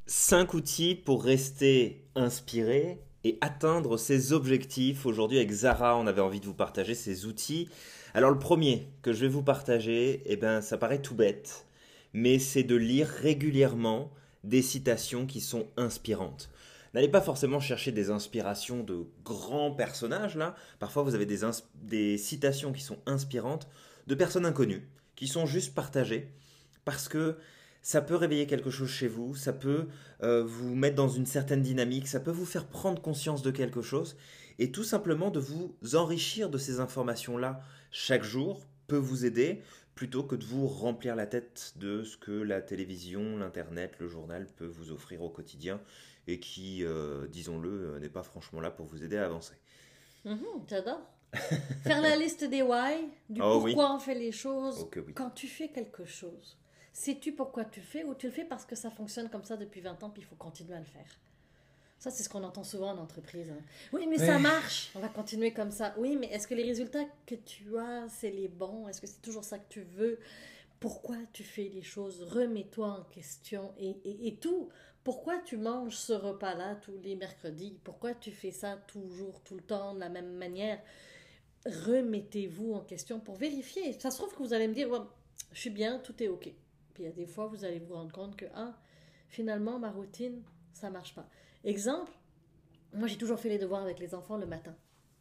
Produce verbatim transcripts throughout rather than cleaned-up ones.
Cinq outils pour rester inspiré et atteindre ses objectifs. Aujourd'hui, avec Zara, on avait envie de vous partager ces outils. Alors, le premier que je vais vous partager, eh ben, ça paraît tout bête, mais c'est de lire régulièrement des citations qui sont inspirantes. N'allez pas forcément chercher des inspirations de grands personnages, là. Parfois, vous avez des, ins- des citations qui sont inspirantes de personnes inconnues, qui sont juste partagées, parce que ça peut réveiller quelque chose chez vous, ça peut euh, vous mettre dans une certaine dynamique, ça peut vous faire prendre conscience de quelque chose, et tout simplement de vous enrichir de ces informations-là chaque jour peut vous aider, plutôt que de vous remplir la tête de ce que la télévision, l'internet, le journal peut vous offrir au quotidien, et qui, euh, disons-le, euh, n'est pas franchement là pour vous aider à avancer. Mhm, j'adore. Faire la liste des why, du Oh oui, pourquoi on fait les choses. oh que oui. Quand tu fais quelque chose, sais-tu pourquoi tu le fais ou tu le fais parce que ça fonctionne comme ça depuis vingt ans puis il faut continuer à le faire. Ça, c'est ce qu'on entend souvent en entreprise, hein. Oui, mais ça Ouais. marche. On va continuer comme ça. Oui, mais est-ce que les résultats que tu as, c'est les bons? Est-ce que c'est toujours ça que tu veux? Pourquoi tu fais les choses? Remets-toi en question et, et, et tout. Pourquoi tu manges ce repas-là tous les mercredis? Pourquoi tu fais ça toujours, tout le temps, de la même manière? Remettez-vous en question pour vérifier. Ça se trouve que vous allez me dire, ouais, je suis bien, tout est OK. Puis il y a des fois, vous allez vous rendre compte que, ah, finalement, ma routine, ça marche pas. Exemple, moi j'ai toujours fait les devoirs avec les enfants le matin.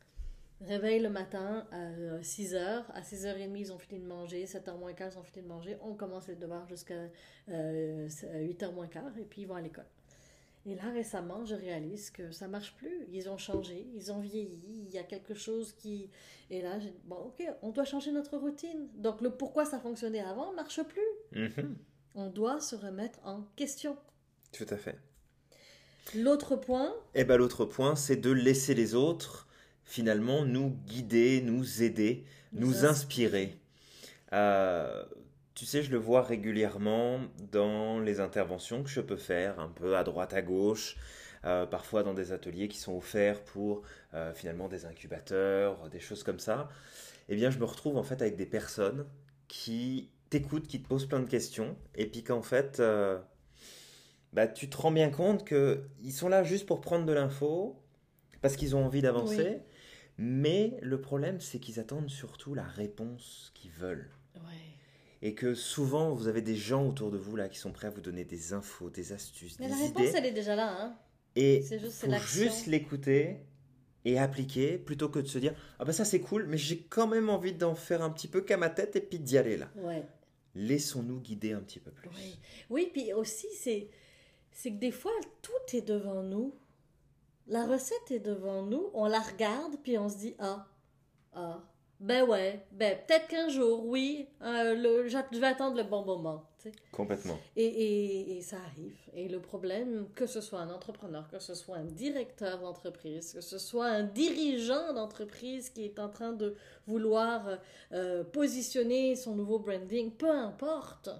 Réveil le matin à six heures. À six heures trente, ils ont fini de manger. sept heures moins quart, ils ont fini de manger. On commence les devoirs jusqu'à euh, huit heures moins quart et puis ils vont à l'école. Et là, récemment, je réalise que ça marche plus. Ils ont changé, ils ont vieilli, il y a quelque chose qui... Et là, j'ai dit, bon, ok, on doit changer notre routine. Donc, le pourquoi ça fonctionnait avant ne marche plus. Mhm, On doit se remettre en question. tout à fait. L'autre point, Et ben l'autre point, c'est de laisser les autres finalement nous guider, nous aider, nous nous inspire. inspirer. Euh, Tu sais, je le vois régulièrement dans les interventions que je peux faire, un peu à droite, à gauche, euh, parfois dans des ateliers qui sont offerts pour euh, finalement des incubateurs, des choses comme ça. Eh bien, je me retrouve en fait avec des personnes qui t'écoutent, qui te posent plein de questions, et puis qu'en fait, euh, bah, tu te rends bien compte qu'ils sont là juste pour prendre de l'info, parce qu'ils ont envie Oui, d'avancer, mais le problème, c'est qu'ils attendent surtout la réponse qu'ils veulent. ouais. Et que souvent, vous avez des gens autour de vous là qui sont prêts à vous donner des infos, des astuces, Mais la des réponse, idées, elle est déjà là, hein. et C'est juste, c'est faut juste l'action. l'écouter et appliquer plutôt que de se dire ah bah ça c'est cool, mais j'ai quand même envie d'en faire un petit peu qu'à ma tête et puis d'y aller là. Ouais, Laissons-nous guider un petit peu oui. plus. Oui, puis aussi, c'est, c'est que des fois, tout est devant nous. La recette est devant nous, on la regarde, puis on se dit, ah, ah, ben ouais, ben peut-être qu'un jour, oui, euh, le, je vais attendre le bon moment. Tu sais. Complètement. Et, et, et ça arrive. Et le problème, que ce soit un entrepreneur, que ce soit un directeur d'entreprise, que ce soit un dirigeant d'entreprise qui est en train de vouloir euh, positionner son nouveau branding, peu importe,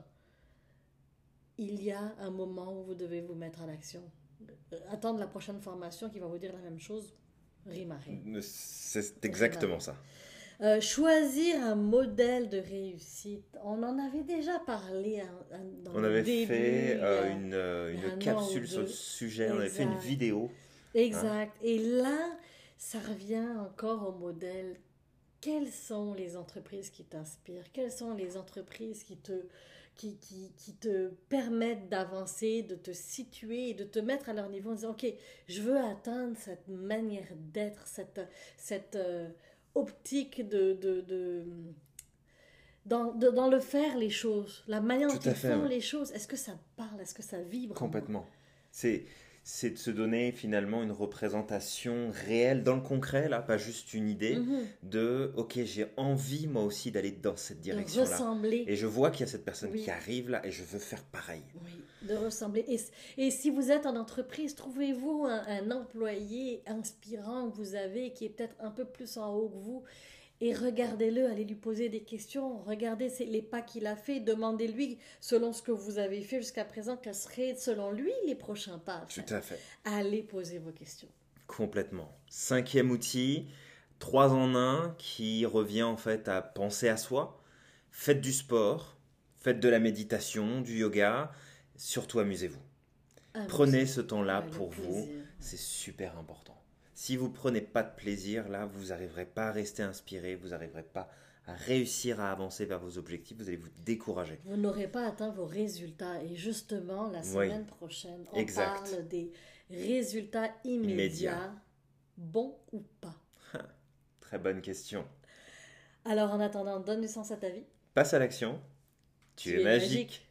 il y a un moment où vous devez vous mettre en action. Euh, Attendre la prochaine formation qui va vous dire la même chose, rime à rien. C'est Rime à exactement rien. ça. Euh, choisir un modèle de réussite. On en avait déjà parlé hein, hein, dans On le avait début, fait il y euh, a, une, euh, il y a une un an ou capsule sur le deux. sujet, on avait fait une Exact. vidéo. Hein. Exact. Et là, ça revient encore au modèle. Quelles sont les entreprises qui t'inspirent? Quelles sont les entreprises qui te, qui, qui, qui te permettent d'avancer, de te situer et de te mettre à leur niveau en disant, OK, je veux atteindre cette manière d'être, cette, cette euh, optique de, de, de, dans, de- dans le faire les choses, la manière dont Tout à ils fait, font ouais. les choses. Est-ce que ça parle? Est-ce que ça vibre en moi? Complètement. C'est, c'est de se donner finalement une représentation réelle dans le concret, là, pas juste une idée, Mhm. de ok, j'ai envie moi aussi d'aller dans cette De direction-là. ressembler. Et je vois qu'il y a cette personne qui Oui. arrive là et je veux faire pareil. Oui, de ressembler. Et, et si vous êtes en entreprise, trouvez-vous un, un employé inspirant que vous avez qui est peut-être un peu plus en haut que vous et regardez-le, allez lui poser des questions, regardez ses- les pas qu'il a fait, demandez-lui selon ce que vous avez fait jusqu'à présent, quels seraient selon lui les prochains pas à Tout faire. à fait. Allez poser vos questions. Complètement. Cinquième outil, trois en un, qui revient en fait à penser à soi. Faites du sport, faites de la méditation, du yoga, surtout amusez-vous. Ah, Prenez oui, ce temps-là ouais, le pour vous, plaisir. c'est super important. Si vous prenez pas de plaisir, là, vous n'arriverez pas à rester inspiré, vous n'arriverez pas à réussir à avancer vers vos objectifs, vous allez vous décourager. Vous n'aurez pas atteint vos résultats. Et justement, la Oui, semaine prochaine, on exact. parle des résultats Immédiat. immédiats, bons ou pas. Très bonne question. Alors, en attendant, donne du sens à ta vie. Passe à l'action. Tu, Tu es es magique. magique.